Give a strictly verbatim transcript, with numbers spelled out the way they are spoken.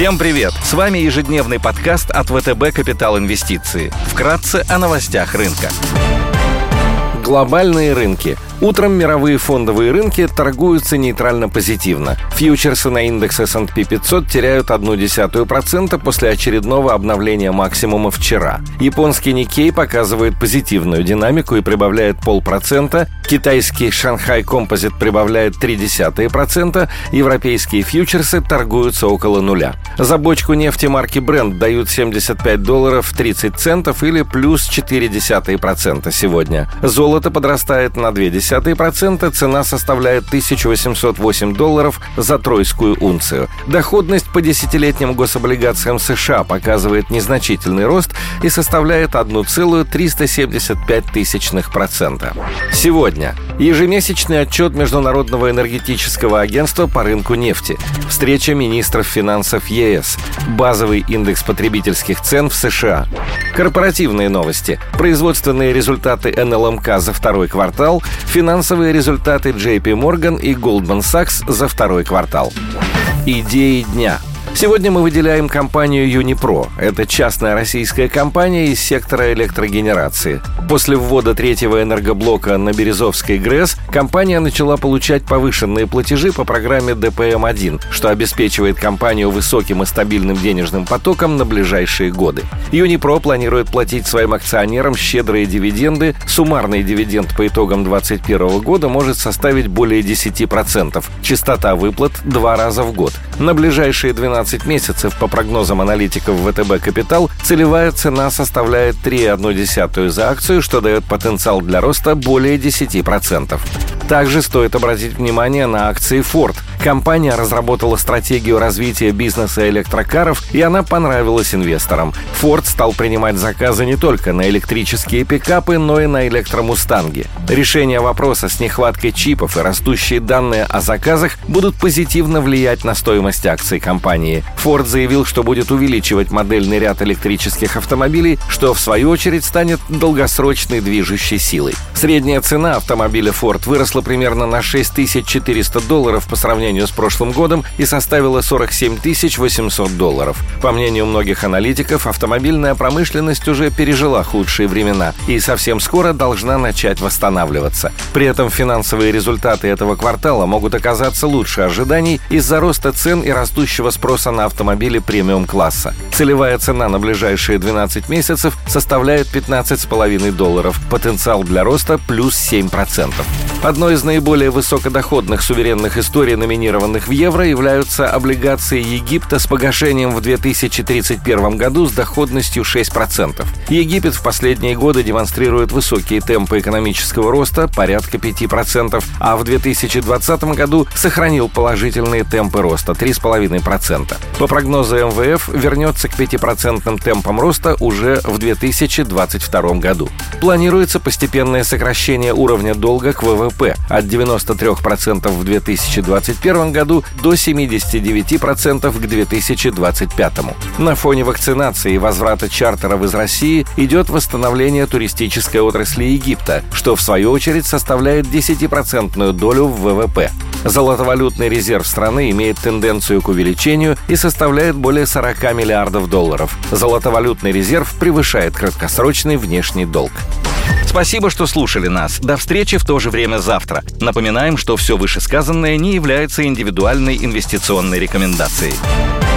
Всем привет! С вами ежедневный подкаст от вэ тэ бэ «Капитал Инвестиции». Вкратце о новостях рынка. Глобальные рынки. Утром мировые фондовые рынки торгуются нейтрально позитивно. Фьючерсы на индекс эс энд пи пятьсот теряют ноль целых одна десятая процента после очередного обновления максимума вчера. Японский Никкей показывает позитивную динамику и прибавляет полпроцента. Китайский Шанхай Композит прибавляет ноль целых три десятых процента. Европейские фьючерсы торгуются около нуля. За бочку нефти марки Brent дают семьдесят пять долларов тридцать центов или плюс четыре десятых процента сегодня. Золото подрастает на две десятых процента, цена составляет тысяча восемьсот восемь долларов за тройскую унцию. Доходность по десятилетним гособлигациям США показывает незначительный рост и составляет одна целая триста семьдесят пять тысячных процента. Сегодня ежемесячный отчет Международного энергетического агентства по рынку нефти, встреча министров финансов е эс, базовый индекс потребительских цен в США. Корпоративные новости, производственные результаты эн эл эм ка за второй квартал, финансовые результаты джей пи Morgan и Goldman Sachs за второй квартал. Идеи дня. Сегодня мы выделяем компанию Юнипро. Это частная российская компания из сектора электрогенерации. После ввода третьего энергоблока на Березовской ГРЭС компания начала получать повышенные платежи по программе дэ пэ эм один, что обеспечивает компанию высоким и стабильным денежным потоком на ближайшие годы. Юнипро планирует платить своим акционерам щедрые дивиденды. Суммарный дивиденд по итогам две тысячи двадцать первого года может составить более десять процентов. Частота выплат два раза в год. На ближайшие двенадцать месяцев, по прогнозам аналитиков вэ тэ бэ Капитал, целевая цена составляет три целых одна десятая за акцию, что дает потенциал для роста более десять процентов. Также стоит обратить внимание на акции Ford. Компания разработала стратегию развития бизнеса электрокаров, и она понравилась инвесторам. Ford стал принимать заказы не только на электрические пикапы, но и на электромустанги. Решение вопроса с нехваткой чипов и растущие данные о заказах будут позитивно влиять на стоимость акций компании. Ford заявил, что будет увеличивать модельный ряд электрических автомобилей, что в свою очередь станет долгосрочной движущей силой. Средняя цена автомобиля Ford выросла примерно на шесть тысяч четыреста долларов по сравнению с прошлым годом и составила сорок семь тысяч восемьсот долларов. По мнению многих аналитиков, автомобильная промышленность уже пережила худшие времена и совсем скоро должна начать восстанавливаться. При этом финансовые результаты этого квартала могут оказаться лучше ожиданий из-за роста цен и растущего спроса на автомобили премиум-класса. Целевая цена на ближайшие двенадцать месяцев составляет пятнадцать целых пять десятых долларов. Потенциал для роста плюс семь процентов. Одной из наиболее высокодоходных суверенных историй, номинированных в евро, являются облигации Египта с погашением в две тысячи тридцать первом году с доходностью шесть процентов. Египет в последние годы демонстрирует высокие темпы экономического роста, порядка пять процентов, а в две тысячи двадцатом году сохранил положительные темпы роста три целых пять десятых процента. По прогнозу эм вэ эф, вернется к пятипроцентным темпам роста уже в две тысячи двадцать втором году. Планируется постепенное сокращение уровня долга к вэ вэ пэ от девяноста трёх процентов в две тысячи двадцать первом году до семидесяти девяти процентов к две тысячи двадцать пятому. На фоне вакцинации и возврата чартеров из России идет восстановление туристической отрасли Египта, что в свою очередь составляет десятипроцентную долю в вэ вэ пэ. Золотовалютный резерв страны имеет тенденцию к увеличению и составляет более сорока миллиардов долларов. Золотовалютный резерв превышает краткосрочный внешний долг. Спасибо, что слушали нас. До встречи в то же время завтра. Напоминаем, что все вышесказанное не является индивидуальной инвестиционной рекомендацией.